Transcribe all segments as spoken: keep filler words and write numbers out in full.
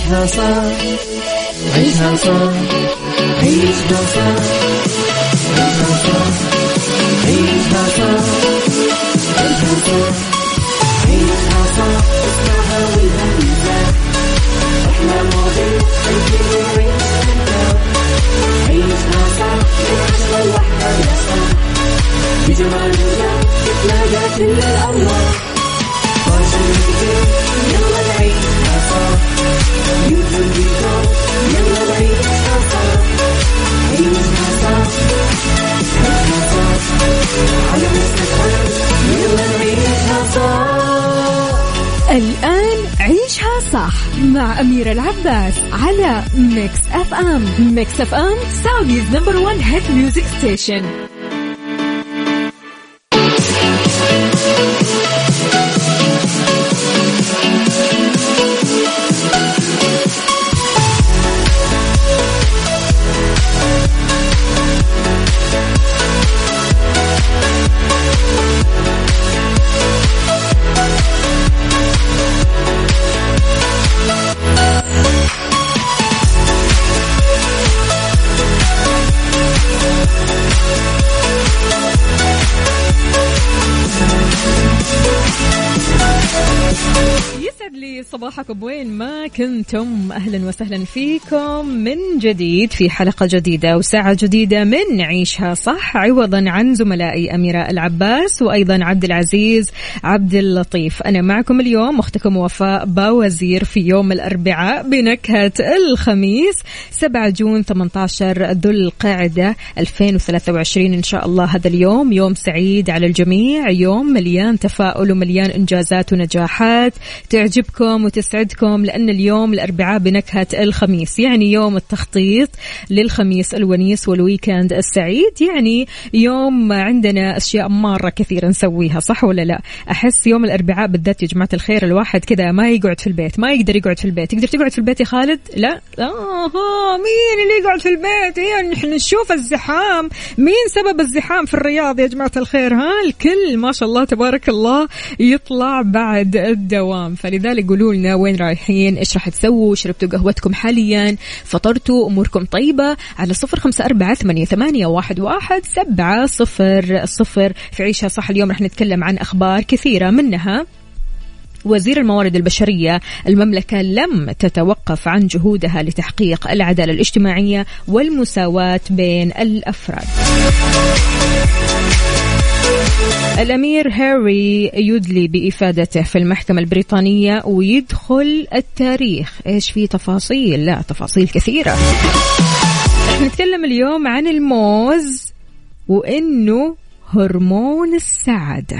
عيشها صح عيشها صح عيشها صح عيشها صح عيشها صح عيشها صح عيشها صح اسمعها والهم ينزاح احنا ماضي الكل يعيش ترتاح عيشها صح من عشرة لوحدة يا صاح بجمال وجمال تتلاقى كل الأرواح فاشل وجديد يلا نعيشها صح يوتيوب فيديو يلا نعيشها صح عيشها صح عيشها صح على مستقبل يلا نعيشها صح. الآن عيشها صح مع أميرة العباس على ميكس أف أم. ميكس أف أم سعوديز نمبر وان هيت ميوزك ستيشن. صباحكم وين ما كنتم، أهلا وسهلا فيكم من جديد في حلقة جديدة وساعة جديدة من عيشها صح، عوضا عن زملائي أميرة العباس وأيضا عبد العزيز عبد اللطيف. أنا معكم اليوم أختكم وفاء باوزير في يوم الأربعاء بنكهة الخميس سبعة جون ثمانية عشر ذو القعدة ألفين وثلاثة وعشرين. إن شاء الله هذا اليوم يوم سعيد على الجميع، يوم مليان تفاؤل ومليان إنجازات ونجاحات تعجبكم وتسعدكم، لأن اليوم الأربعاء بنكهة الخميس، يعني يوم التخطيط للخميس الونيس والويكند السعيد، يعني يوم عندنا أشياء مرة كثيرة نسويها، صح ولا لا؟ أحس يوم الأربعاء بالذات يا جماعة الخير الواحد كذا ما يقعد في البيت، ما يقدر يقعد في البيت. تقدر تقعد في البيت يا خالد؟ لا آه مين اللي يقعد في البيت؟ يعني نحن نشوف الزحام. مين سبب الزحام في الرياض يا جماعة الخير؟ ها الكل ما شاء الله تبارك الله يطلع بعد الدوام. فلذلك قولوا لنا وين رايحين، ايش راح تسووا، شربتوا قهوتكم حاليا، فطرتوا، اموركم طيبة؟ على صفر خمسة أربعة ثمانية ثمانية واحد واحد سبعة صفر صفر. في عيشها صح اليوم راح نتكلم عن اخبار كثيرة، منها وزير الموارد البشرية، المملكة لم تتوقف عن جهودها لتحقيق العدالة الاجتماعية والمساواة بين الأفراد. الأمير هاري يدلي بإفادته في المحكمة البريطانية ويدخل التاريخ. إيش في تفاصيل؟ لا تفاصيل كثيرة. نتكلم اليوم عن الموز وإنه هرمون السعادة.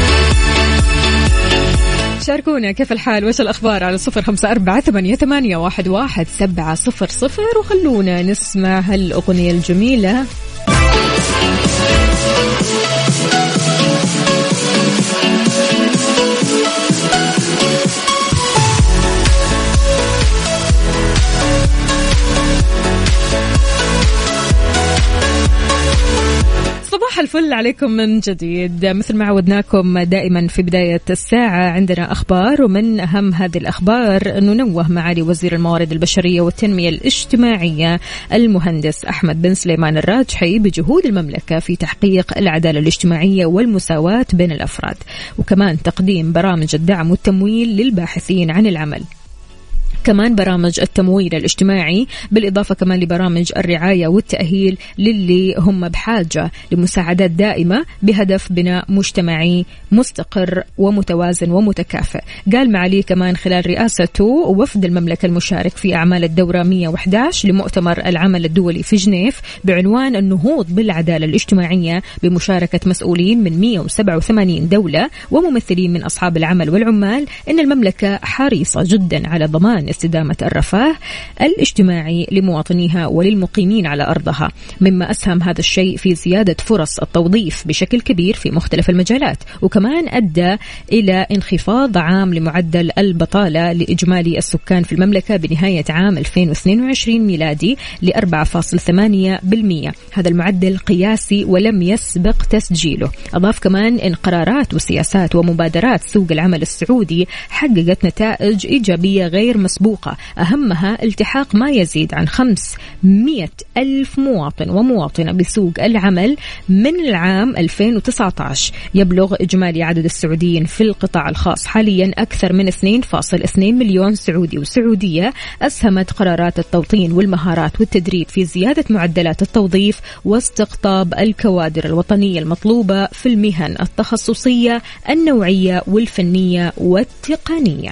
شاركونا كيف الحال وش الأخبار على صفر خمسة أربعة ثمانية ثمانية واحد واحد سبعة صفر صفر، وخلونا نسمع هالأغنية الجميلة. صباح الفل عليكم من جديد. مثل ما عودناكم دائما في بداية الساعة عندنا أخبار، ومن أهم هذه الأخبار ننوه معالي وزير الموارد البشرية والتنمية الاجتماعية المهندس أحمد بن سليمان الراجحي بجهود المملكة في تحقيق العدالة الاجتماعية والمساواة بين الأفراد، وكمان تقديم برامج الدعم والتمويل للباحثين عن العمل، كمان برامج التمويل الاجتماعي، بالإضافة كمان لبرامج الرعاية والتأهيل للي هم بحاجة لمساعدات دائمة بهدف بناء مجتمعي مستقر ومتوازن ومتكافئ. قال معالي كمان خلال رئاسته وفد المملكة المشارك في أعمال الدورة مئة وأحد عشر لمؤتمر العمل الدولي في جنيف بعنوان النهوض بالعدالة الاجتماعية بمشاركة مسؤولين من مئة وسبعة وثمانين دولة وممثلين من أصحاب العمل والعمال، إن المملكة حريصة جدا على ضمان استدامة الرفاه الاجتماعي لمواطنيها وللمقيمين على أرضها، مما أسهم هذا الشيء في زيادة فرص التوظيف بشكل كبير في مختلف المجالات، وكمان أدى إلى انخفاض عام لمعدل البطالة لإجمالي السكان في المملكة بنهاية عام ألفين واثنين وعشرين ميلادي ل أربعة فاصلة ثمانية بالمئة. هذا المعدل قياسي ولم يسبق تسجيله. أضاف كمان إن قرارات وسياسات ومبادرات سوق العمل السعودي حققت نتائج إيجابية غير مسبوقة مسبوقة، أهمها التحاق ما يزيد عن خمسمائة ألف مواطن ومواطنة بسوق العمل من العام ألفين وتسعة عشر. يبلغ إجمالي عدد السعوديين في القطاع الخاص حاليا أكثر من اثنين فاصلة اثنين مليون سعودي وسعودية. أسهمت قرارات التوطين والمهارات والتدريب في زيادة معدلات التوظيف واستقطاب الكوادر الوطنية المطلوبة في المهن التخصصية النوعية والفنية والتقنية.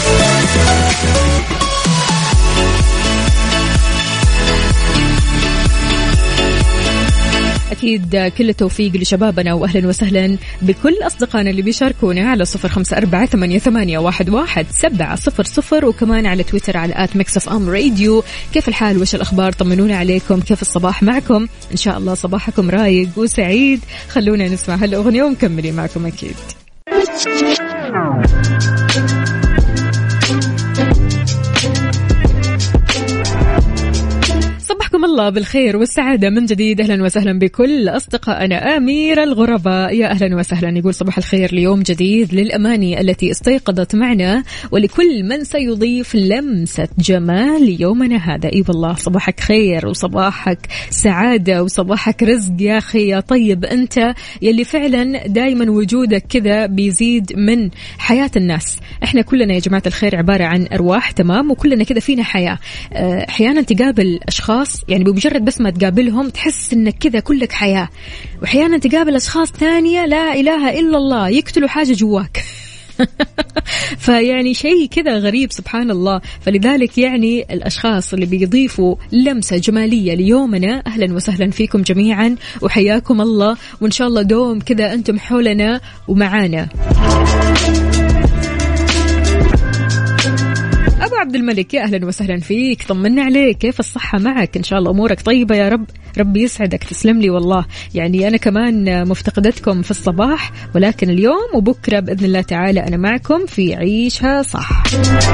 أكيد كل التوفيق لشبابنا، وأهلا وسهلا بكل أصدقائنا اللي بيشاركونا على صفر خمسة أربعة ثمانية ثمانية واحد واحد سبعة صفر صفر، وكمان على تويتر على آت ميكس أف أم راديو. كيف الحال وش الأخبار؟ طمنونا عليكم، كيف الصباح معكم؟ إن شاء الله صباحكم رايق وسعيد. خلونا نسمع هالأغنية ومكملين معكم أكيد. صبحكم الله بالخير والسعادة من جديد. أهلا وسهلا بكل أصدقائنا. أمير الغرباء يا أهلا وسهلا، يقول صباح الخير ليوم جديد للأماني التي استيقظت معنا ولكل من سيضيف لمسة جمال ليومنا هذا. إي والله صباحك خير وصباحك سعادة وصباحك رزق يا أخي يا طيب. أنت يلي فعلا دايما وجودك كذا بيزيد من حياة الناس. إحنا كلنا يا جماعة الخير عبارة عن أرواح، تمام، وكلنا كذا فينا حياة. أحيانا تقابل أشخاص يعني بمجرد بس ما تقابلهم تحس إنك كذا كلك حياة، وأحيانا تقابل أشخاص ثانية لا إله إلا الله يقتلوا حاجة جواك. فيعني شيء كذا غريب سبحان الله. فلذلك يعني الأشخاص اللي بيضيفوا لمسة جمالية ليومنا أهلا وسهلا فيكم جميعا وحياكم الله، وإن شاء الله دوم كذا أنتم حولنا ومعانا. أبو عبد الملك يا أهلا وسهلا فيك، طمنا عليك، كيف الصحة معك؟ إن شاء الله أمورك طيبة يا رب، ربي يسعدك، تسلم لي والله. يعني أنا كمان مفتقدتكم في الصباح، ولكن اليوم وبكرة بإذن الله تعالى أنا معكم في عيشها صح.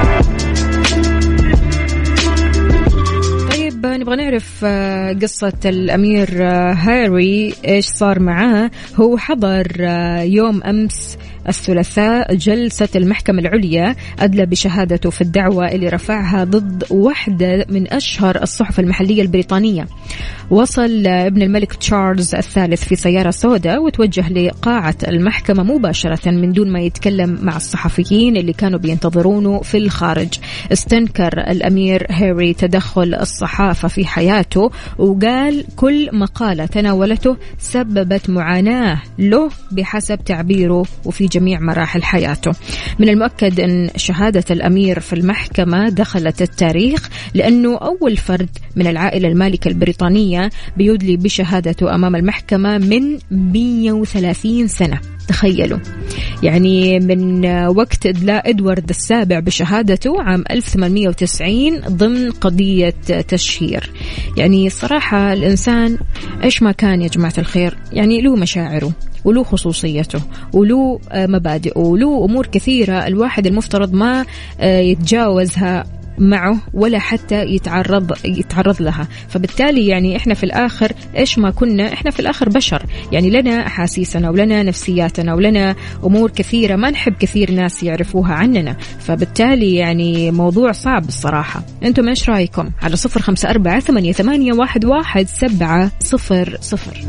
طيب نبغى نعرف قصة الأمير هاري إيش صار معاه. هو حضر يوم أمس الثلاثاء جلسة المحكمة العليا أدلى بشهادته في الدعوة اللي رفعها ضد واحدة من أشهر الصحف المحلية البريطانية. وصل ابن الملك تشارلز الثالث في سيارة سوداء وتوجه لقاعة المحكمة مباشرة من دون ما يتكلم مع الصحفيين اللي كانوا بينتظرونه في الخارج. استنكر الأمير هاري تدخل الصحافة في حياته، وقال كل مقالة تناولته سببت معاناة له بحسب تعبيره وفي جميع مراحل حياته. من المؤكد أن شهادة الأمير في المحكمة دخلت التاريخ، لأنه أول فرد من العائلة المالكة البريطانية بيدلي بشهادته أمام المحكمة من مئة وثلاثين سنة. تخيلوا يعني من وقت إدلاء إدوارد السابع بشهادته عام ألف وثمانمئة وتسعين ضمن قضية تشهير. يعني صراحة الإنسان إيش ما كان يا جماعة الخير يعني له مشاعره وله خصوصيته وله مبادئه وله أمور كثيرة الواحد المفترض ما يتجاوزها معه ولا حتى يتعرض يتعرض لها. فبالتالي يعني إحنا في الآخر إيش ما كنا، إحنا في الآخر بشر، يعني لنا أحاسيسنا ولنا نفسياتنا ولنا أمور كثيرة ما نحب كثير ناس يعرفوها عننا. فبالتالي يعني موضوع صعب الصراحة. أنتم إيش رأيكم؟ على صفر خمسة أربعة ثمانية ثمانية واحد واحد سبعة صفر صفر.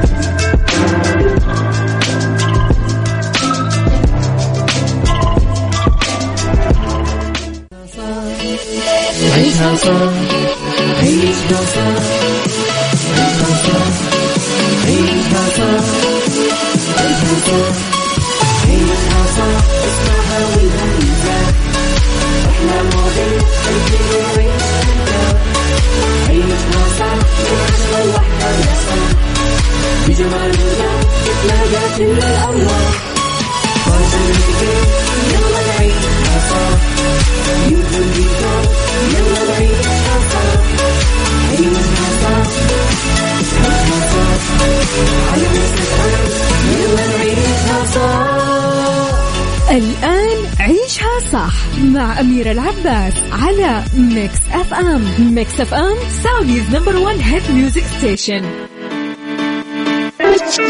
عيشها صح عيشها صح عيشها صح عيشها صح عيشها صح عيشها صح اسمعها والهمزة أحلى مواضيع خلينا نعيشها عيشها صح عيشها الوحدة يا صاح بجمالنا تتلاقى كل الأرواح فاشل كيف يلا نعيشها صح يمكن بيكون يلا نعيشها صح عيشها صح عيشها صح على مستقبل يلا نعيشها صح. الآن عيشها صح مع أميرة العباس على ميكس أف أم. ميكس أف أم سعوديز نمبر وان هيت ميوزك ستيشن.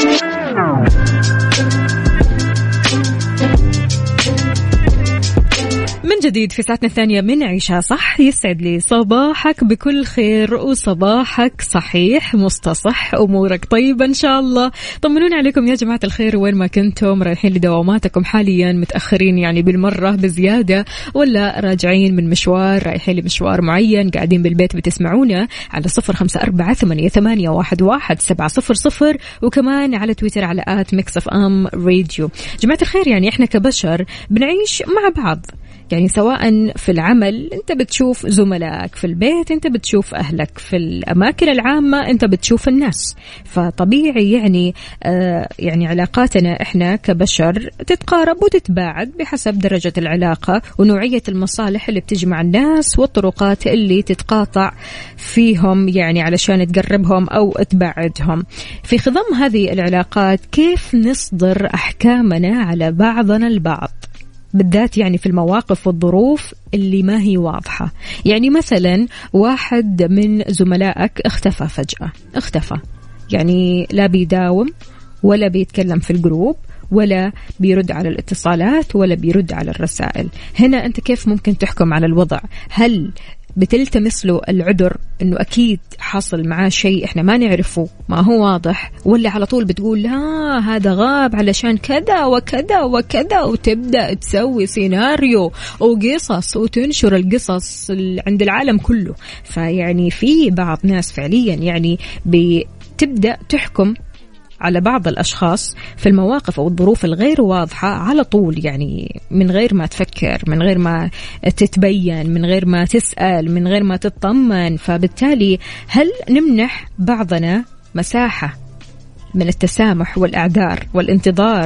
من جديد في ساعتنا الثانية من عيشها صح. يسعد لي صباحك بكل خير وصباحك صحيح مستصح، أمورك طيبة إن شاء الله. طمنوني عليكم يا جماعة الخير، وين ما كنتم، رايحين لدواماتكم حاليا، متأخرين يعني بالمرة بزيادة، ولا راجعين من مشوار، رايحين لمشوار معين، قاعدين بالبيت بتسمعونا على صفر خمسة أربعة ثمانية ثمانية واحد واحد سبعة صفر صفر، وكمان على تويتر على آت ميكس أف أم راديو. جماعة الخير يعني إحنا كبشر بنعيش مع بعض، يعني سواء في العمل أنت بتشوف زملائك، في البيت أنت بتشوف أهلك، في الأماكن العامة أنت بتشوف الناس. فطبيعي يعني آه يعني علاقاتنا إحنا كبشر تتقارب وتتباعد بحسب درجة العلاقة ونوعية المصالح اللي بتجمع الناس والطرقات اللي تتقاطع فيهم، يعني علشان تقربهم أو تبعدهم. في خضم هذه العلاقات كيف نصدر أحكامنا على بعضنا البعض، بالذات يعني في المواقف والظروف اللي ما هي واضحة. يعني مثلا واحد من زملائك اختفى فجأة، اختفى يعني لا بيداوم ولا بيتكلم في الجروب ولا بيرد على الاتصالات ولا بيرد على الرسائل. هنا أنت كيف ممكن تحكم على الوضع؟ هل بتلتمس له العذر انه اكيد حصل معاه شيء احنا ما نعرفه ما هو واضح، ولا على طول بتقول لا هذا غاب علشان كذا وكذا وكذا، وتبدأ تسوي سيناريو وقصص وتنشر القصص عند العالم كله؟ فيعني في بعض ناس فعليا يعني بتبدأ تحكم على بعض الأشخاص في المواقف أو الظروف الغير واضحة على طول، يعني من غير ما تفكر، من غير ما تتبين، من غير ما تسأل، من غير ما تطمن. فبالتالي هل نمنح بعضنا مساحة من التسامح والإعذار والانتظار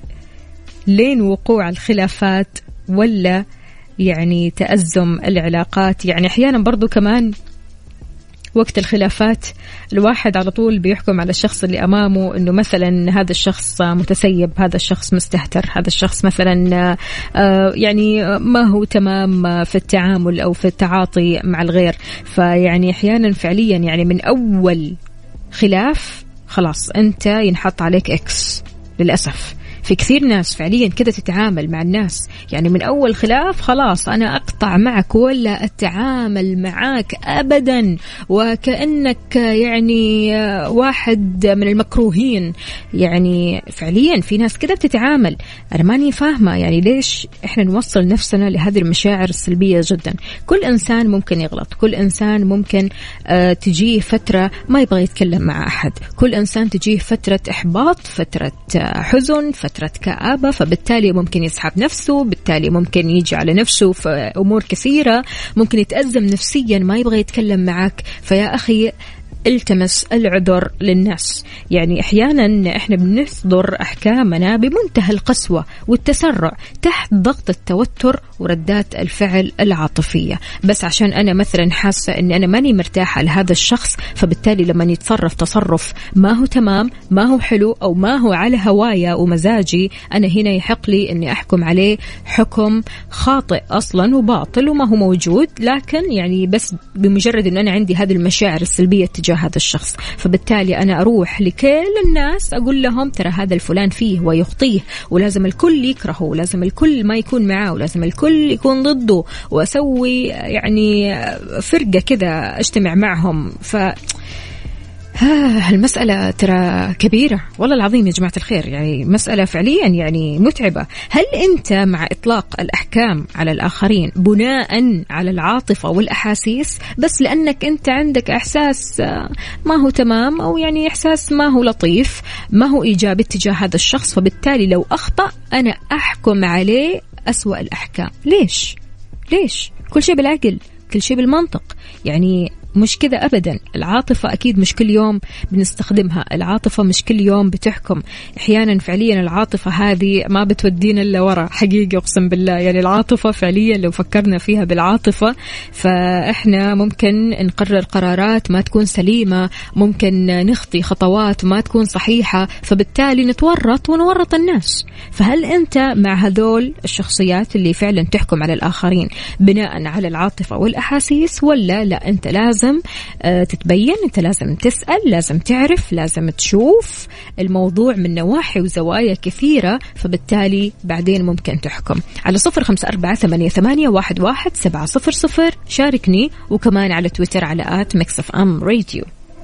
لين وقوع الخلافات، ولا يعني تأزم العلاقات؟ يعني أحيانا برضو كمان وقت الخلافات الواحد على طول بيحكم على الشخص اللي أمامه إنه مثلا هذا الشخص متسيب، هذا الشخص مستهتر، هذا الشخص مثلا يعني ما هو تمام في التعامل أو في التعاطي مع الغير. فيعني أحيانا فعليا يعني من أول خلاف خلاص أنت ينحط عليك إكس. للأسف في كثير ناس فعليا كده تتعامل مع الناس، يعني من أول خلاف خلاص أنا أقطع معك ولا أتعامل معك أبدا، وكأنك يعني واحد من المكروهين. يعني فعليا في ناس كده بتتعامل. أنا ماني فاهمة يعني ليش إحنا نوصل نفسنا لهذه المشاعر السلبية جدا. كل إنسان ممكن يغلط، كل إنسان ممكن آه تجيه فترة ما يبغى يتكلم مع أحد، كل إنسان تجيه فترة إحباط، فترة آه حزن، فترة كآبة، فبالتالي ممكن يسحب نفسه، بالتالي ممكن يجي على نفسه في أمور كثيرة، ممكن يتأزم نفسيا ما يبغى يتكلم معك. فيا أخي التمس العذر للناس. يعني أحيانا إحنا بنصدر أحكامنا بمنتهى القسوة والتسرع تحت ضغط التوتر وردات الفعل العاطفية، بس عشان أنا مثلا حاسة أني أنا ماني مرتاحة لهذا الشخص، فبالتالي لما يتصرف تصرف ما هو تمام، ما هو حلو، أو ما هو على هوايا ومزاجي، أنا هنا يحق لي أني أحكم عليه حكم خاطئ أصلا وباطل وما هو موجود، لكن يعني بس بمجرد أن أنا عندي هذه المشاعر السلبية تجاه هذا الشخص، فبالتالي أنا أروح لكل الناس أقول لهم ترى هذا الفلان فيه ويخطيه، ولازم الكل يكرهه، ولازم الكل ما يكون معاه، ولازم الكل يكون ضده، وأسوي يعني فرقة كذا أجتمع معهم. ف المسألة ترى كبيرة والله العظيم يا جماعة الخير، يعني مسألة فعليا يعني متعبة. هل أنت مع إطلاق الأحكام على الآخرين بناء على العاطفة والأحاسيس بس لأنك أنت عندك إحساس ما هو تمام، أو يعني إحساس ما هو لطيف، ما هو إيجابي تجاه هذا الشخص، فبالتالي لو أخطأ أنا أحكم عليه أسوأ الأحكام؟ ليش؟ ليش؟ كل شيء بالعقل، كل شيء بالمنطق، يعني مش كذا أبدا. العاطفة أكيد مش كل يوم بنستخدمها، العاطفة مش كل يوم بتحكم. أحيانا فعليا العاطفة هذه ما بتودينا إلا ورا حقيقة، أقسم بالله. يعني العاطفة فعليا لو فكرنا فيها بالعاطفة فإحنا ممكن نقرر قرارات ما تكون سليمة، ممكن نخطي خطوات ما تكون صحيحة، فبالتالي نتورط ونورط الناس. فهل أنت مع هذول الشخصيات اللي فعلا تحكم على الآخرين بناء على العاطفة والأحاسيس، ولا لا أنت لازم لازم تتبين، أنت لازم تسأل، لازم تعرف، لازم تشوف الموضوع من نواحي وزوايا كثيرة، فبالتالي بعدين ممكن تحكم. على صفر خمسة أربعة ثمانية ثمانية واحد واحد سبعة صفر صفر شاركني، وكمان على تويتر على آت ميكس أف أم راديو.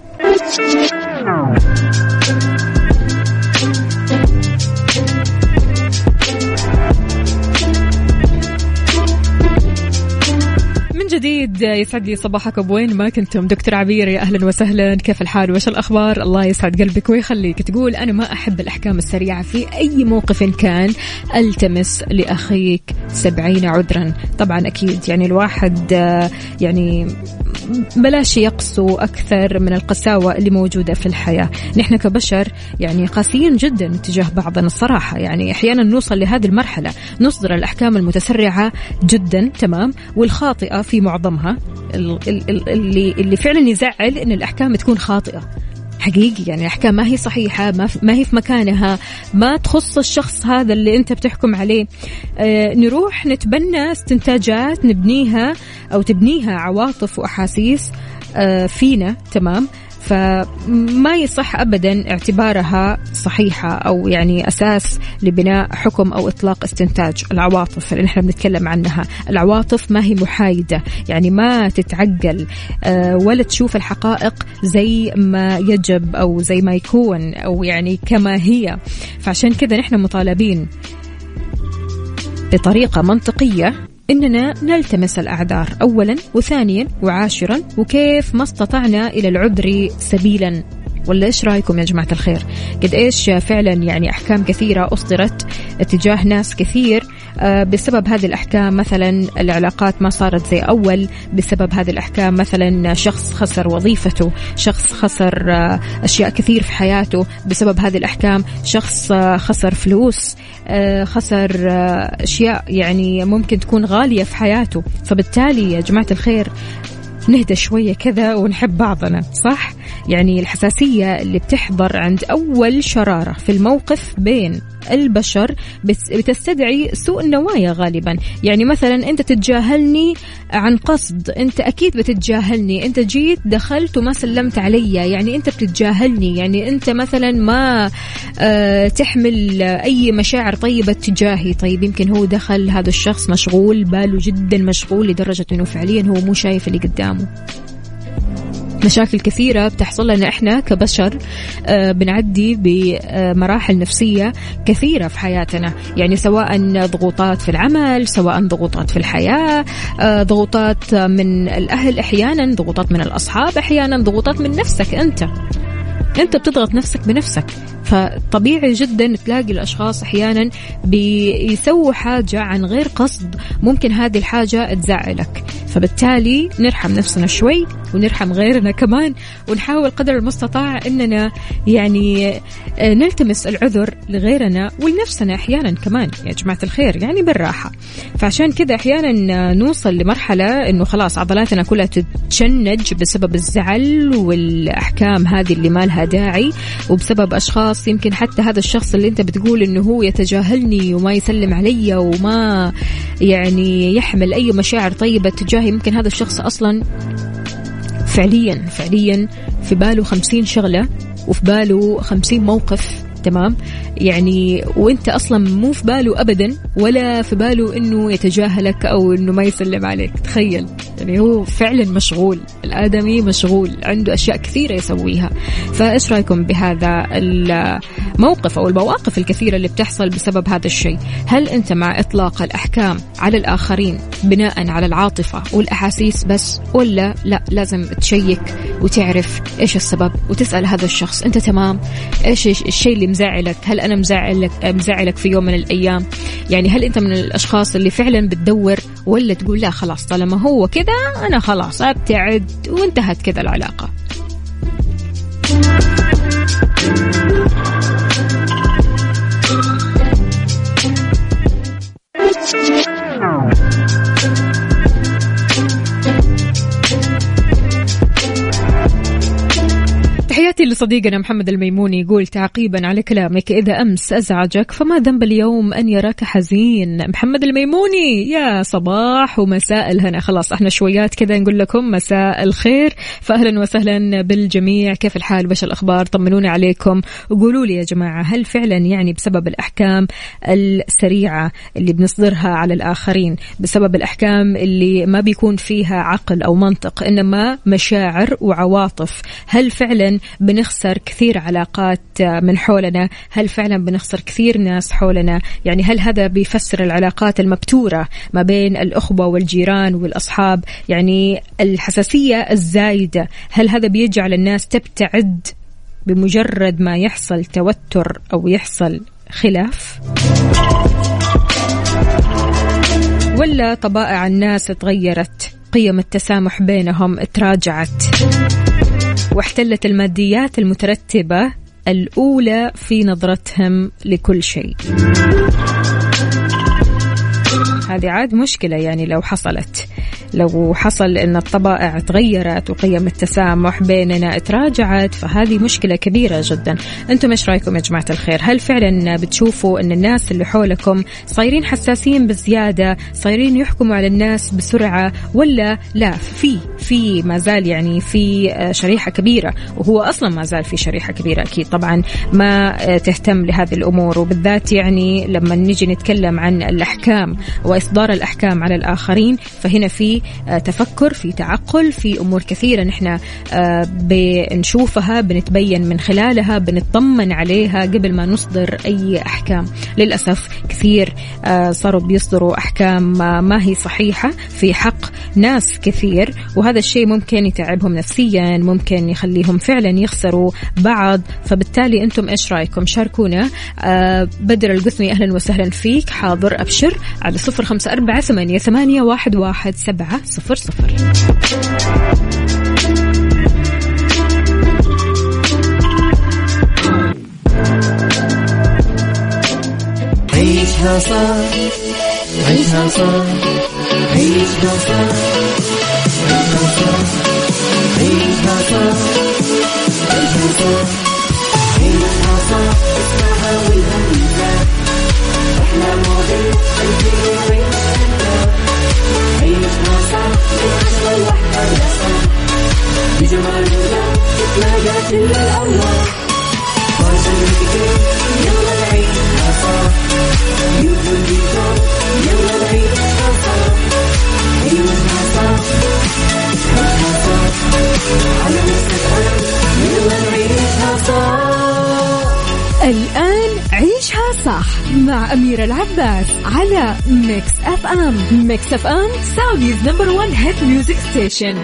من جديد يسعد لي صباحكم وين ما كنتم. دكتور عبير يا أهلا وسهلا، كيف الحال وش الأخبار؟ الله يسعد قلبك ويخليك. تقول أنا ما أحب الأحكام السريعة في أي موقف كان، التمس لأخيك سبعين عذرا. طبعا أكيد يعني الواحد يعني بلاش يقسو أكثر من القساوة اللي موجودة في الحياة. نحن كبشر يعني قاسيين جدا تجاه بعضنا الصراحة، يعني أحيانا نوصل لهذه المرحلة نصدر الأحكام المتسرعة جدا تمام والخاطئة في معظمها. اللي اللي فعلا يزعل إن الأحكام تكون خاطئة حقيقي، يعني الأحكام ما هي صحيحة، ما, ما هي في مكانها، ما تخص الشخص هذا اللي أنت بتحكم عليه. آه نروح نتبنى استنتاجات نبنيها أو تبنيها عواطف وأحاسيس آه فينا تمام، فما يصح أبدا اعتبارها صحيحة أو يعني أساس لبناء حكم أو إطلاق استنتاج. العواطف اللي نحن بنتكلم عنها، العواطف ما هي محايدة، يعني ما تتعقل ولا تشوف الحقائق زي ما يجب أو زي ما يكون أو يعني كما هي. فعشان كذا نحن مطالبين بطريقة منطقية إننا نلتمس الأعذار أولا وثانيا وعاشرا، وكيف ما استطعنا إلى العذر سبيلا. ولا إيش رأيكم يا جماعة الخير؟ قد إيش فعلا يعني أحكام كثيرة أصدرت تجاه ناس كثير بسبب هذه الأحكام. مثلا العلاقات ما صارت زي أول بسبب هذه الأحكام، مثلا شخص خسر وظيفته، شخص خسر أشياء كثير في حياته بسبب هذه الأحكام، شخص خسر فلوس، خسر أشياء يعني ممكن تكون غالية في حياته. فبالتالي يا جماعة الخير نهدى شوية كذا ونحب بعضنا، صح؟ يعني الحساسية اللي بتحضر عند أول شرارة في الموقف بين البشر بتستدعي سوء النوايا غالبا. يعني مثلا أنت تتجاهلني عن قصد، أنت أكيد بتتجاهلني، أنت جيت دخلت وما سلمت علي، يعني أنت بتتجاهلني، يعني أنت مثلا ما أه تحمل أي مشاعر طيبة تجاهي. طيب يمكن هو دخل هذا الشخص مشغول، باله جدا مشغول لدرجة أنه فعليا هو مو شايف اللي قدامه. مشاكل كثيرة بتحصل لنا إحنا كبشر، آه بنعدي بمراحل نفسية كثيرة في حياتنا، يعني سواء ضغوطات في العمل، سواء ضغوطات في الحياة، آه ضغوطات من الأهل أحيانا، ضغوطات من الأصحاب أحيانا، ضغوطات من نفسك أنت أنت بتضغط نفسك بنفسك. فطبيعي جدا تلاقي الأشخاص أحيانا بيسووا حاجة عن غير قصد، ممكن هذه الحاجة تزعلك. فبالتالي نرحم نفسنا شوي ونرحم غيرنا كمان، ونحاول قدر المستطاع أننا يعني نلتمس العذر لغيرنا ولنفسنا أحيانا كمان يا جماعة الخير، يعني بالراحة. فعشان كذا أحيانا نوصل لمرحلة أنه خلاص عضلاتنا كلها تتشنج بسبب الزعل والأحكام هذه اللي ما لها داعي، وبسبب أشخاص يمكن حتى هذا الشخص اللي أنت بتقول أنه هو يتجاهلني وما يسلم علي وما يعني يحمل أي مشاعر طيبة تجاهي، يمكن هذا الشخص أصلا فعليا فعليا في باله خمسين شغلة وفي باله خمسين موقف تمام، يعني وانت اصلا مو في باله ابدا ولا في باله انه يتجاهلك او انه ما يسلم عليك. تخيل يعني هو فعلا مشغول، الادمي مشغول، عنده اشياء كثيره يسويها. فايش رايكم بهذا الموقف او المواقف الكثيره اللي بتحصل بسبب هذا الشيء؟ هل انت مع اطلاق الاحكام على الاخرين بناء على العاطفه والاحاسيس بس، ولا لا لازم تشيك وتعرف ايش السبب وتسال هذا الشخص انت تمام، ايش الشيء اللي مزعلك؟ هل أنا مزعلك مزعلك في يوم من الأيام؟ يعني هل أنت من الأشخاص اللي فعلا بتدور، ولا تقول لا خلاص طالما هو كذا أنا خلاص أبتعد وانتهت كذا العلاقة؟ تحياتي صديقنا محمد الميموني يقول تعقيبا على كلامك: إذا أمس أزعجك فما ذنب اليوم أن يراك حزين. محمد الميموني يا صباح ومساء الهنا. خلاص احنا شويات كذا نقول لكم مساء الخير، فأهلا وسهلا بالجميع. كيف الحال؟ وش الأخبار؟ طمنوني عليكم وقولوا لي يا جماعة، هل فعلا يعني بسبب الأحكام السريعة اللي بنصدرها على الآخرين، بسبب الأحكام اللي ما بيكون فيها عقل أو منطق إنما مشاعر وعواطف، هل فعلا بنخسر كثير علاقات من حولنا؟ هل فعلا بنخسر كثير ناس حولنا؟ يعني هل هذا بيفسر العلاقات المبتورة ما بين الأخوة والجيران والأصحاب؟ يعني الحساسية الزايدة، هل هذا بيجعل الناس تبتعد بمجرد ما يحصل توتر أو يحصل خلاف؟ ولا طبائع الناس تغيرت، قيم التسامح بينهم تراجعت، واحتلت الماديات المترتبة الأولى في نظرتهم لكل شيء؟ هذه عاد مشكلة يعني لو حصلت، لو حصل إن الطبائع تغيرت وقيم التسامح بيننا تراجعت، فهذه مشكلة كبيرة جدا. أنتم إيش رأيكم يا جماعة الخير؟ هل فعلا بتشوفوا أن الناس اللي حولكم صايرين حساسين بزيادة، صايرين يحكموا على الناس بسرعة، ولا لا في في ما زال يعني في شريحة كبيرة، وهو أصلا ما زال في شريحة كبيرة أكيد طبعا ما تهتم لهذه الأمور، وبالذات يعني لما نيجي نتكلم عن الأحكام وإصدار الأحكام على الآخرين، فهنا في تفكر، في تعقل، في أمور كثيرة نحن بنشوفها، بنتبين من خلالها، بنطمن عليها قبل ما نصدر أي أحكام. للأسف كثير صاروا بيصدروا أحكام ما هي صحيحة في حق ناس كثير، وهذا الشيء ممكن يتعبهم نفسيا، ممكن يخليهم فعلا يخسروا بعض. فبالتالي أنتم إيش رأيكم؟ شاركونا. بدر القثمي أهلا وسهلا فيك. حاضر أبشر على صفر خمسة أربعة ثمانية ثمانية واحد واحد سبعة صفر صفر. عيشها صح، عيشها صح، عيشها صح، عيشها صح، عيشها صح، عيشها صح، عيشها صح، اسمعها والهمها أحلى مواضيع الفيديو عيشها صح، عيشها الوحدة يا صاح، بجمال ولا تتلاقى كل الأرواح، فاشل واتيكيت يلا نعيشها صح، يوتيوب ديكور يلا نعيشها صح، عيشها صح، عيشها صح، على مستقبل يلا نعيشها صح. الآن عيشها صح مع أميرة العباس على ميكس أف أم. ميكس أف أم سعوديز نمبر وان هيت ميوزك ستيشن.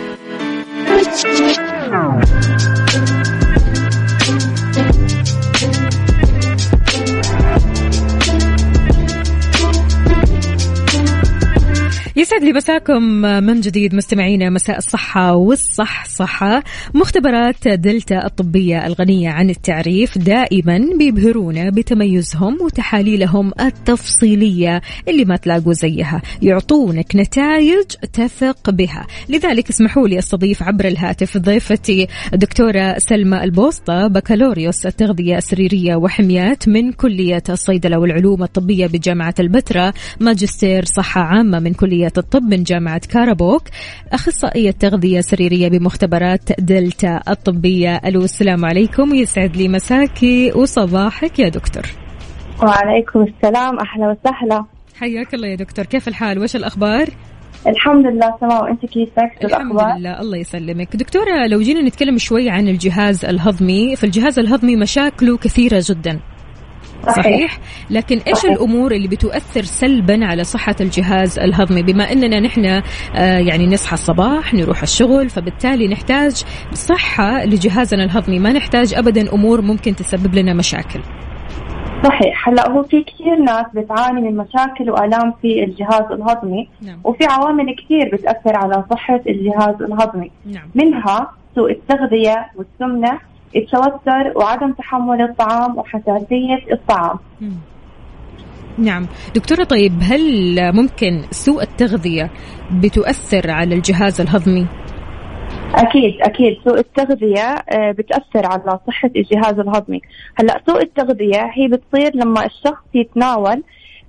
يسعد لي مساكم من جديد مستمعينا، مساء الصحة والصح صحة. مختبرات دلتا الطبية الغنية عن التعريف دائما بيبهرونا بتميزهم وتحاليلهم التفصيلية اللي ما تلاقوا زيها، يعطونك نتائج تثق بها. لذلك اسمحوا لي استضيف عبر الهاتف ضيفتي الدكتورة سلمى البوسطة، بكالوريوس التغذية السريرية وحميات من كلية الصيدلة والعلوم الطبية بجامعة البتراء، ماجستير صحة عامة من كلية الطب من جامعة كارابوك، أخصائية تغذية سريرية بمختبرات دلتا الطبية. ألو السلام عليكم، يسعد لي مساكي وصباحك يا دكتور. وعليكم السلام، أهلا وسهلا. حياك الله يا دكتور، كيف الحال؟ وش الأخبار؟ الحمد لله تمام، أنت كيفك؟ الحمد الأخبار؟ لله الله يسلمك. دكتورة لو جينا نتكلم شوي عن الجهاز الهضمي، فالجهاز الهضمي مشاكله كثيرة جدا صحيح, صحيح. لكن إيش صحيح. الأمور اللي بتؤثر سلبا على صحة الجهاز الهضمي، بما أننا نحن آه يعني نصحى الصباح نروح الشغل، فبالتالي نحتاج صحة لجهازنا الهضمي، ما نحتاج أبدا أمور ممكن تسبب لنا مشاكل. صحيح. هلا هو في كثير ناس بتعاني من مشاكل وآلام في الجهاز الهضمي، نعم. وفي عوامل كثير بتأثر على صحة الجهاز الهضمي، نعم. منها سوء التغذية والسمنة، التوتر وعدم تحمل الطعام وحساسية الطعام. مم. نعم دكتورة، طيب هل ممكن سوء التغذية بتؤثر على الجهاز الهضمي؟ أكيد أكيد سوء التغذية بتأثر على صحة الجهاز الهضمي. هلأ سوء التغذية هي بتصير لما الشخص يتناول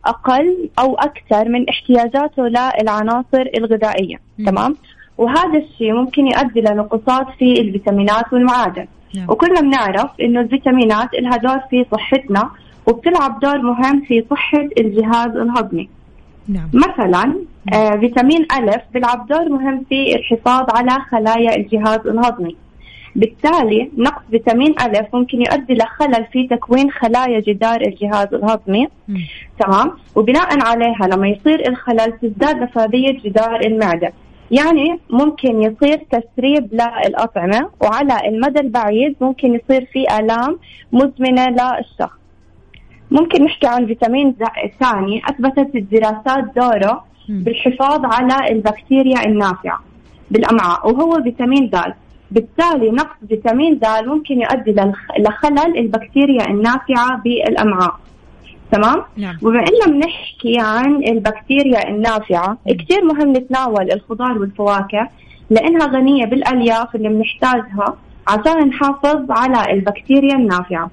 أقل أو أكثر من احتياجاته للعناصر الغذائية. م. تمام. وهذا الشيء ممكن يؤدي لنقصات في الفيتامينات والمعادن. نعم. وكلنا بنعرف إنه الفيتامينات لها دور في صحتنا وبتلعب دور مهم في صحة الجهاز الهضمي. نعم. مثلا آه فيتامين ألف بيلعب دور مهم في الحفاظ على خلايا الجهاز الهضمي. بالتالي نقص فيتامين ألف ممكن يؤدي لخلل في تكوين خلايا جدار الجهاز الهضمي. م. تمام. وبناء عليها لما يصير الخلل تزداد نفاذية جدار المعدة، يعني ممكن يصير تسريب للأطعمة، وعلى المدى البعيد ممكن يصير في آلام مزمنة للشخص. ممكن نحكي عن فيتامين ثاني أثبتت الدراسات دوره بالحفاظ على البكتيريا النافعة بالأمعاء، وهو فيتامين د. بالتالي نقص فيتامين د ممكن يؤدي لخلل البكتيريا النافعة بالأمعاء. تمام. نعم. وبما إننا بنحكي عن البكتيريا النافعة، كتير مهم نتناول الخضار والفواكه لأنها غنية بالألياف اللي بنحتاجها عشان نحافظ على البكتيريا النافعة.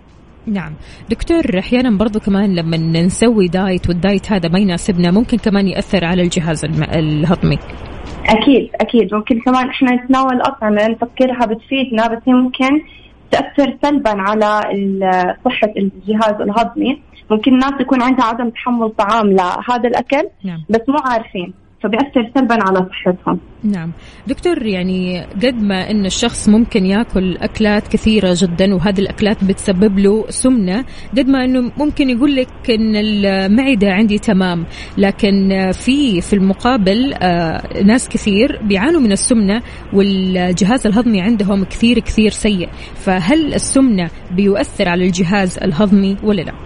نعم دكتور، أحيانا برضو كمان لما نسوي دايت والدايت هذا ما يناسبنا ممكن كمان يأثر على الجهاز الهضمي. أكيد أكيد ممكن كمان إحنا نتناول أطعمة نفكرها بتفيدنا بس ممكن تأثر سلبا على صحة الجهاز الهضمي. ممكن الناس يكون عندها عدم تحمل طعام لهذا الأكل. نعم. بس مو عارفين، فبيأثر سلبا على صحتهم. نعم دكتور، يعني قد ما إن الشخص ممكن يأكل أكلات كثيرة جدا وهذه الأكلات بتسبب له سمنة، قد ما إنه ممكن يقول لك إن المعدة عندي تمام، لكن في في المقابل آه ناس كثير بيعانوا من السمنة والجهاز الهضمي عندهم كثير كثير سيء. فهل السمنة بيؤثر على الجهاز الهضمي ولا لا؟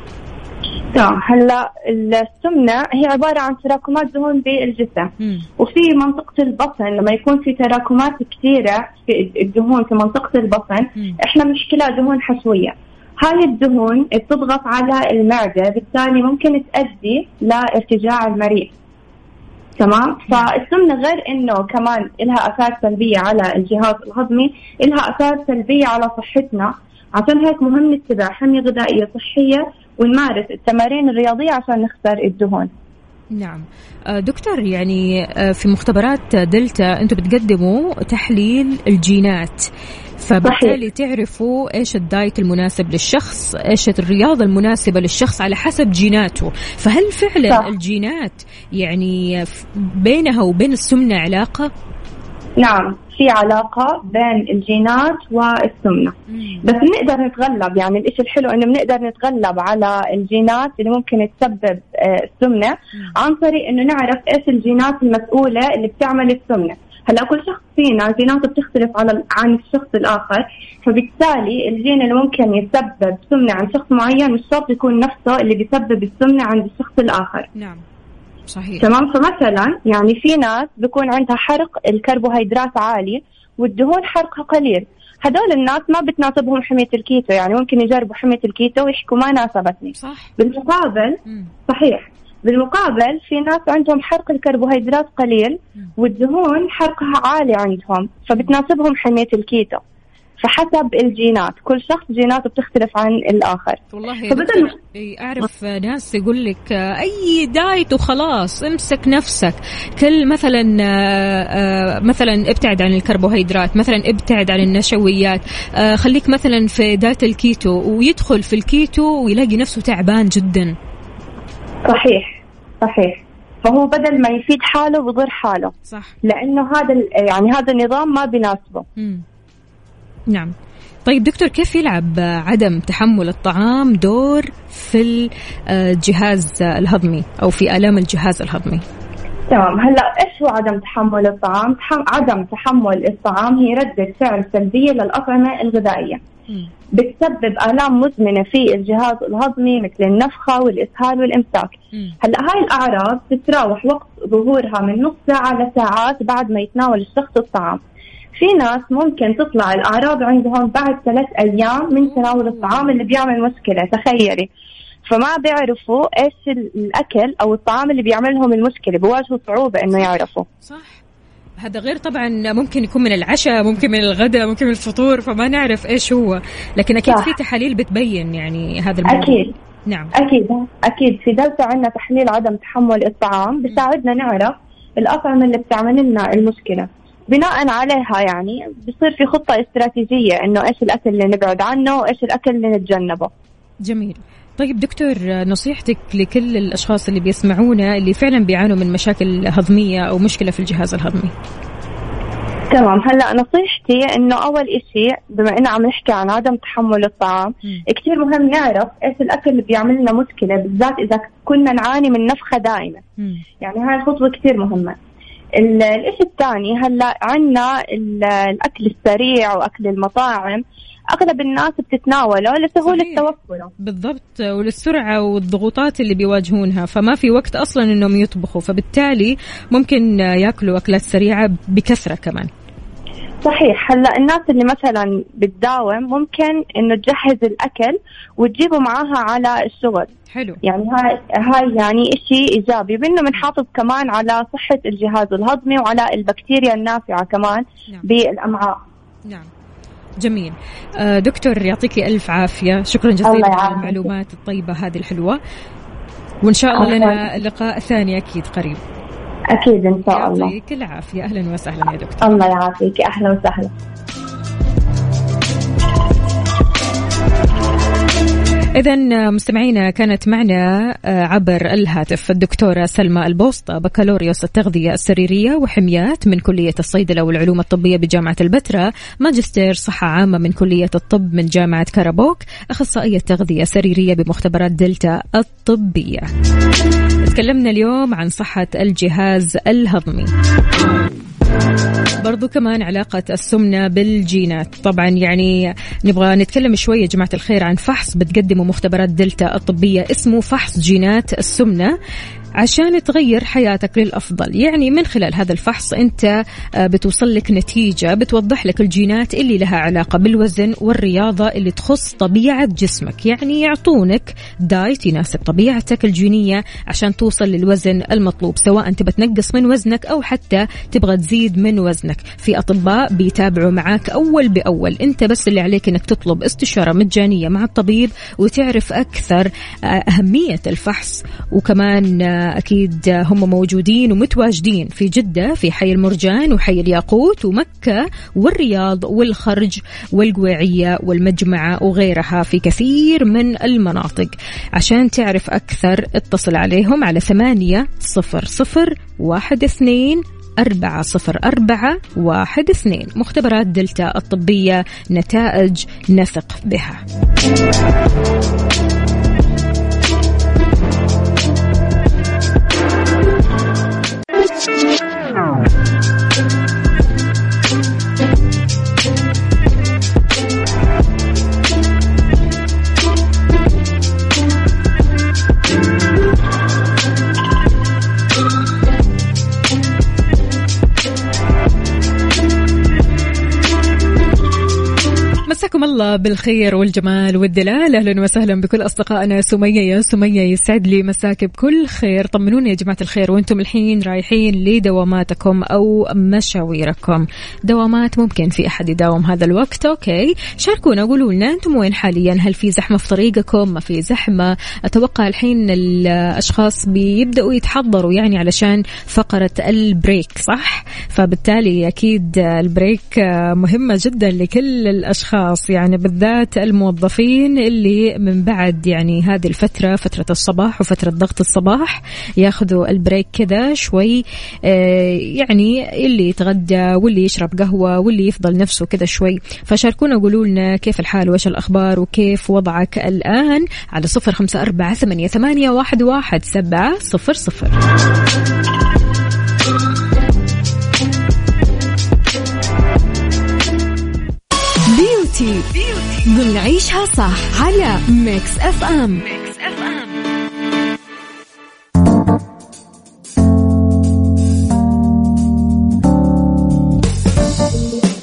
هلا السمنة هي عبارة عن تراكمات دهون بالجسم. م. وفي منطقة البطن لما يكون في تراكمات كثيرة في الدهون في منطقة البطن، م. احنا مشكلة دهون حشوية. هاي الدهون بتضغط على المعدة، بالتالي ممكن تؤدي لارتجاع المريء. تمام. فالسمنة غير انه كمان لها آثار سلبية على الجهاز الهضمي، لها آثار سلبية على صحتنا. عشان هيك مهم نتبع حمية غذائية صحية ونمارس التمارين الرياضية عشان نخسر الدهون. نعم دكتور، يعني في مختبرات دلتا أنتم بتقدموا تحليل الجينات، فبالتالي تعرفوا إيش الدايت المناسب للشخص، إيش الرياضة المناسبة للشخص على حسب جيناته. فهل فعلا صح. الجينات يعني بينها وبين السمنة علاقة؟ نعم في علاقة بين الجينات والسمنة. مم. بس بنقدر نتغلب، يعني الإشي الحلو إنه بنقدر نتغلب على الجينات اللي ممكن تسبب السمنة. مم. عن طريق إنه نعرف إيش الجينات المسؤولة اللي بتعمل السمنة. هلا كل شخص فينا جيناته بتختلف على عن الشخص الآخر، فبالتالي الجين اللي ممكن يسبب سمنة عند شخص معين مش شرط يكون نفسه اللي بيسبب السمنة عند الشخص الآخر. نعم صحيح. تمام. فمثلا يعني في ناس بيكون عندها حرق الكربوهيدرات عالي والدهون حرقها قليل، هدول الناس ما بتناسبهم حمية الكيتو، يعني ممكن يجربوا حمية الكيتو ويحكوا ما ناسبتني. صح. بالمقابل م. صحيح بالمقابل في ناس عندهم حرق الكربوهيدرات قليل م. والدهون حرقها عالي عندهم، فبتناسبهم حمية الكيتو. فحسب الجينات كل شخص جيناته بتختلف عن الآخر. والله فبدل أعرف ناس يقول لك أي دايت وخلاص امسك نفسك، كل مثلا مثلا ابتعد عن الكربوهيدرات، مثلا ابتعد عن النشويات، خليك مثلا في دايت الكيتو، ويدخل في الكيتو ويلاقي نفسه تعبان جدا. صحيح صحيح. فهو بدل ما يفيد حاله بضر حاله. صح. لأنه هذا يعني هذا النظام ما بيناسبه. م. نعم. طيب دكتور، كيف يلعب عدم تحمل الطعام دور في الجهاز الهضمي أو في آلام الجهاز الهضمي؟ تمام. هلا إيش هو عدم تحمل الطعام؟ تحم... عدم تحمل الطعام هي ردة فعل سلبية للأطعمة الغذائية. م. بتسبب آلام مزمنة في الجهاز الهضمي مثل النفخة والإسهال والإمساك. م. هلا هاي الأعراض تتراوح وقت ظهورها من نص ساعة لساعات بعد ما يتناول الشخص الطعام. في ناس ممكن تطلع الأعراض عندهم بعد ثلاث أيام من تناول الطعام اللي بيعمل مشكلة. تخيلي، فما بيعرفوا إيش الأكل أو الطعام اللي بيعمل لهم المشكلة، بواجهوا صعوبة إنه يعرفوا. صح. هذا غير طبعا ممكن يكون من العشاء، ممكن من الغداء، ممكن من الفطور، فما نعرف إيش هو، لكن أكيد صح. في تحاليل بتبين يعني هذا الموضوع. أكيد نعم أكيد أكيد في دلتا عندنا تحليل عدم تحمل الطعام بيساعدنا نعرف الأطعمة اللي بتعمل لنا المشكلة. بناء عليها يعني بصير في خطة استراتيجية إنه إيش الأكل اللي نبعد عنه وإيش الأكل اللي نتجنبه. جميل. طيب دكتور، نصيحتك لكل الأشخاص اللي بيسمعونا اللي فعلا بيعانوا من مشاكل هضمية أو مشكلة في الجهاز الهضمي؟ تمام. هلا نصيحتي انه اول اشي بما انه عم نحكي عن عدم تحمل الطعام م. كتير مهم نعرف ايش الاكل اللي بيعمل لنا مشكله، بالذات اذا كنا نعاني من نفخه دائمه. م. يعني هاي الخطوه كتير مهمه. الاشي الثاني، هلا عنا الاكل السريع واكل المطاعم اغلب الناس بتتناوله لسهوله توفره. بالضبط، وللسرعه والضغوطات اللي بيواجهونها، فما في وقت اصلا انهم يطبخوا، فبالتالي ممكن ياكلوا اكلات سريعه بكثره كمان. صحيح. هلا الناس اللي مثلا بتداوم ممكن انه تجهز الاكل وتجيبه معاها على الشغل. حلو. يعني هاي هاي يعني إشي إيجابي، بأنه بنحافظ كمان على صحة الجهاز الهضمي وعلى البكتيريا النافعة كمان. نعم. بالأمعاء. نعم جميل. دكتور يعطيك ألف عافية، شكرا جزيلا على المعلومات الطيبة هذه الحلوة، وإن شاء الله لنا لقاء ثاني أكيد قريب. أكيد إن شاء الله. يعطيك العافية. أهلا وسهلا يا دكتور. الله يعافيك. أهلا وسهلا. إذن مستمعينا، كانت معنا عبر الهاتف الدكتورة سلمى البوسطة، بكالوريوس التغذية السريرية وحميات من كلية الصيدلة والعلوم الطبية بجامعة البتراء، ماجستير صحة عامة من كلية الطب من جامعة كارابوك، أخصائية تغذية سريرية بمختبرات دلتا الطبية. تكلمنا اليوم عن صحة الجهاز الهضمي، برضو كمان علاقة السمنة بالجينات. طبعا يعني نبغى نتكلم شوية يا جماعة الخير عن فحص بتقدمه مختبرات دلتا الطبية اسمه فحص جينات السمنة، عشان تغير حياتك للأفضل. يعني من خلال هذا الفحص أنت بتوصل لك نتيجة بتوضح لك الجينات اللي لها علاقة بالوزن والرياضة اللي تخص طبيعة جسمك، يعني يعطونك دايت يناسب طبيعتك الجينية عشان توصل للوزن المطلوب، سواء تبى تنقص من وزنك أو حتى تبغى تزيد من وزنك. في أطباء بيتابعوا معاك أول بأول، أنت بس اللي عليك أنك تطلب استشارة مجانية مع الطبيب وتعرف أكثر أهمية الفحص. وكمان أكيد هم موجودين ومتواجدين في جدة، في حي المرجان وحي الياقوت ومكة والرياض والخرج والقويعية والمجمعة وغيرها في كثير من المناطق. عشان تعرف أكثر اتصل عليهم على ثمانية صفر صفر واحد اثنين أربعة صفر أربعة واحد اثنين. مختبرات دلتا الطبية، نتائج نثق بها. مساكم الله بالخير والجمال والدلال. أهلا وسهلا بكل أصدقائنا. سمية يا سمية، يسعد لي مساك بكل خير. طمنوني يا جماعة الخير وانتم الحين رايحين لدواماتكم أو مشاويركم. دوامات ممكن في أحد يداوم هذا الوقت، أوكي شاركونا، قولوا لنا أنتم وين حاليا، هل في زحمة في طريقكم، ما في زحمة؟ أتوقع الحين الأشخاص بيبدأوا يتحضروا يعني علشان فقرة البريك، صح؟ فبالتالي أكيد البريك مهمة جدا لكل الأشخاص، يعني بالذات الموظفين اللي من بعد يعني هذه الفترة، فترة الصباح وفترة ضغط الصباح، ياخذوا البريك كذا شوي، يعني اللي يتغدى واللي يشرب قهوة واللي يفضل نفسه كذا شوي. فشاركونا قولوا لنا كيف الحال وإيش الأخبار وكيف وضعك الآن على صفر خمسة أربعة ثمانية ثمانية واحد واحد سبعة صفر صفر. بيوتي بنعيشها صح على ميكس اف ام. ميكس اف ام.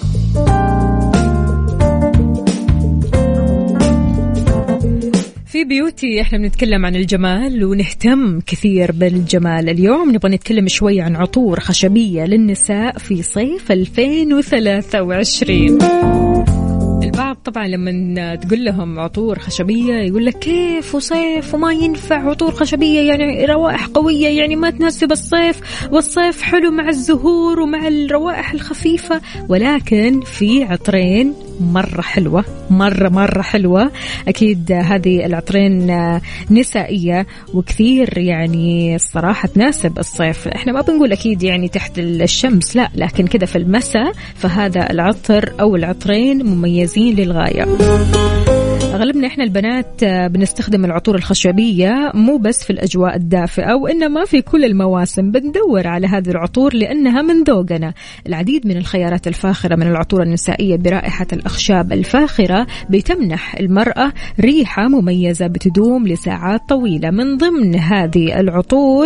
في بيوتي احنا بنتكلم عن الجمال ونهتم كثير بالجمال. اليوم نبغى نتكلم شوي عن عطور خشبية للنساء في صيف ألفين وثلاثة وعشرين. البعض طبعا لما تقول لهم عطور خشبية يقول لك كيف وصيف وما ينفع عطور خشبية، يعني روائح قوية، يعني ما تناسب الصيف، والصيف حلو مع الزهور ومع الروائح الخفيفة. ولكن في عطرين مرة حلوة، مرة مرة حلوة. أكيد هذه العطرين نسائية وكثير يعني الصراحة تناسب الصيف. احنا ما بنقول أكيد يعني تحت الشمس، لا، لكن كده في المساء فهذا العطر أو العطرين مميزين للغاية. أغلبنا إحنا البنات بنستخدم العطور الخشبية مو بس في الأجواء الدافئة، وإنما في كل المواسم بندور على هذه العطور لأنها من ذوقنا. العديد من الخيارات الفاخرة من العطور النسائية برائحة الأخشاب الفاخرة بتمنح المرأة ريحة مميزة بتدوم لساعات طويلة. من ضمن هذه العطور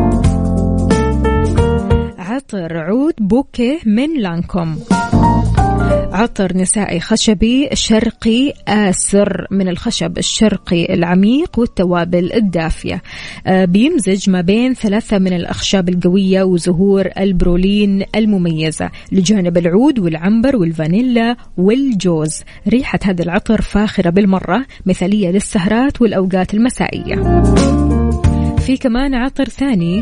عطر عود بوكيه من لانكوم، عطر نسائي خشبي شرقي آسر من الخشب الشرقي العميق والتوابل الدافية. بيمزج ما بين ثلاثة من الأخشاب القوية وزهور البرولين المميزة لجانب العود والعنبر والفانيلا والجوز. ريحة هذا العطر فاخرة بالمرة، مثالية للسهرات والأوقات المسائية. في كمان عطر ثاني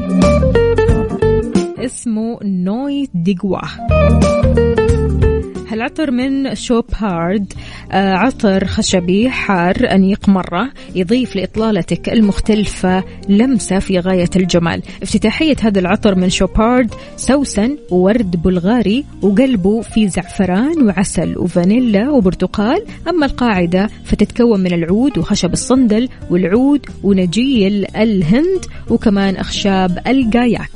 اسمه نوي ديغوا، هالعطر من شوب هارد، آه عطر خشبي حار أنيق مرة، يضيف لإطلالتك المختلفة لمسة في غاية الجمال. افتتاحية هذا العطر من شوب هارد سوسن وورد بلغاري، وقلبه في زعفران وعسل وفانيلا وبرتقال. أما القاعدة فتتكون من العود وخشب الصندل والعود ونجيل الهند وكمان أخشاب الجاياك.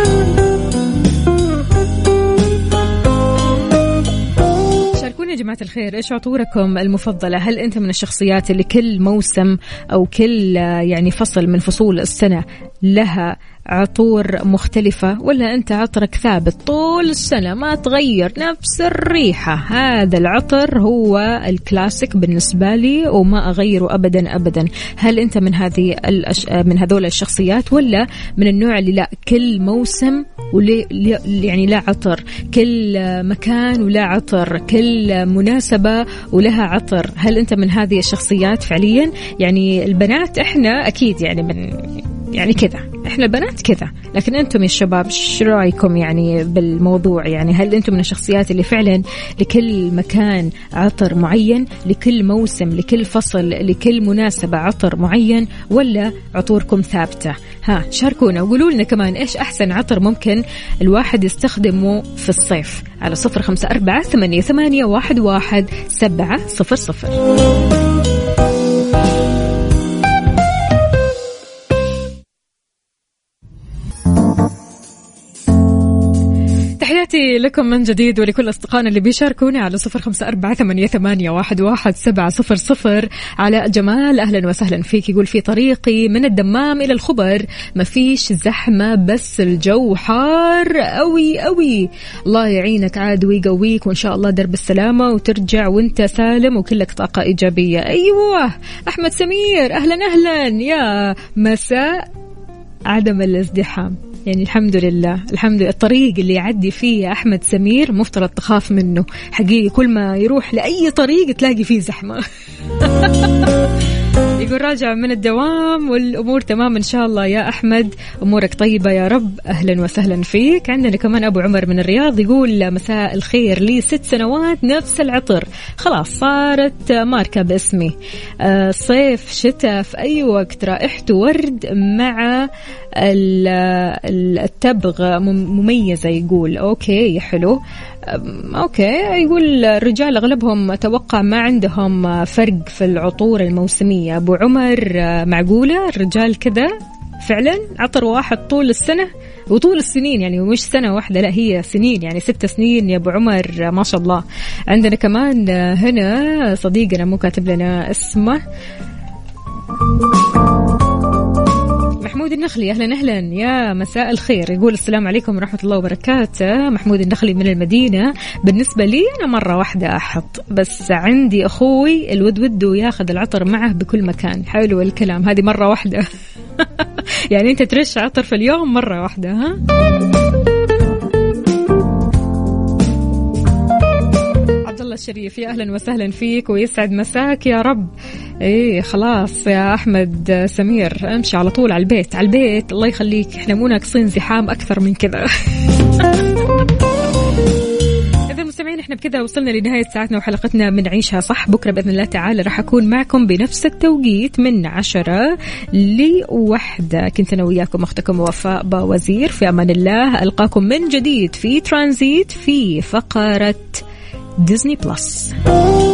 يا جماعة الخير، إيش عطوركم المفضلة؟ هل أنت من الشخصيات اللي كل موسم أو كل يعني فصل من فصول السنة لها عطور مختلفة، ولا أنت عطرك ثابت طول السنة ما تغير نفس الريحة؟ هذا العطر هو الكلاسيك بالنسبة لي وما أغيره أبدا أبدا. هل أنت من هذه الأش... من هذول الشخصيات، ولا من النوع اللي لا كل موسم ولي... يعني لا عطر، كل مكان ولا عطر، كل مناسبة ولها عطر؟ هل أنت من هذه الشخصيات فعليا؟ يعني البنات إحنا أكيد يعني من يعني كذا، احنا البنات كذا، لكن انتم يا الشباب شو رايكم يعني بالموضوع؟ يعني هل انتم من الشخصيات اللي فعلا لكل مكان عطر معين، لكل موسم، لكل فصل، لكل مناسبة عطر معين، ولا عطوركم ثابتة؟ ها شاركونا وقولوا لنا كمان ايش احسن عطر ممكن الواحد يستخدمه في الصيف على صفر خمسة أربعة ثمانية ثمانية واحد واحد سبعة صفر صفر. تحياتي لكم من جديد ولكل أصدقائنا اللي بيشاركوني على صفر خمسة أربعة ثمانية ثمانية واحد واحد سبعة صفر صفر. على جمال أهلا وسهلا فيك، يقول في طريقي من الدمام إلى الخبر ما فيش زحمة بس الجو حار قوي قوي. الله يعينك عاد ويقويك، وإن شاء الله درب السلامة وترجع وانت سالم وكلك طاقة إيجابية. أيوة أحمد سمير أهلا أهلا، يا مساء عدم الازدحام. يعني الحمد لله الحمد لله الطريق اللي يعدي فيه يا أحمد سمير مفترض تخاف منه حقيقي، كل ما يروح لأي طريق تلاقي فيه زحمة. يقول راجع من الدوام والأمور تمام إن شاء الله يا أحمد، أمورك طيبة يا رب. أهلا وسهلا فيك. عندنا كمان أبو عمر من الرياض يقول مساء الخير، لي ست سنوات نفس العطر خلاص صارت ماركة باسمي، آه صيف شتاء في أي وقت، رائحته ورد مع التبغ مميزة. يقول أوكي حلو أوكي. يقول الرجال أغلبهم أتوقع ما عندهم فرق في العطور الموسمية. أبو عمر معقولة الرجال كذا فعلا عطر واحد طول السنة وطول السنين، يعني مش سنة واحدة لا هي سنين، يعني ست سنين يا أبو عمر ما شاء الله. عندنا كمان هنا صديقنا مو كاتب لنا اسمه، محمود محمود النخلي أهلا أهلا يا مساء الخير، يقول السلام عليكم ورحمة الله وبركاته. محمود النخلي من المدينة. بالنسبة لي أنا مرة واحدة أحط، بس عندي أخوي الود وده ياخذ العطر معه بكل مكان. حلو الكلام، هذه مرة واحدة. يعني أنت ترش عطر في اليوم مرة واحدة ها؟ الله الشريف يا أهلا وسهلا فيك ويسعد مساك يا رب. إيه خلاص يا أحمد سمير امشي على طول على البيت على البيت، الله يخليك، إحنا مو ناقصين زحام أكثر من كذا. إذا المستمعين إحنا بكذا وصلنا لنهاية ساعتنا وحلقتنا من عيشها صح. بكرة بإذن الله تعالى راح أكون معكم بنفس التوقيت من عشرة لوحدة. كنت أنا وياكم أختكم وفاء باوزير، في أمان الله. ألقاكم من جديد في ترانزيت في فقرة ديزني بلس.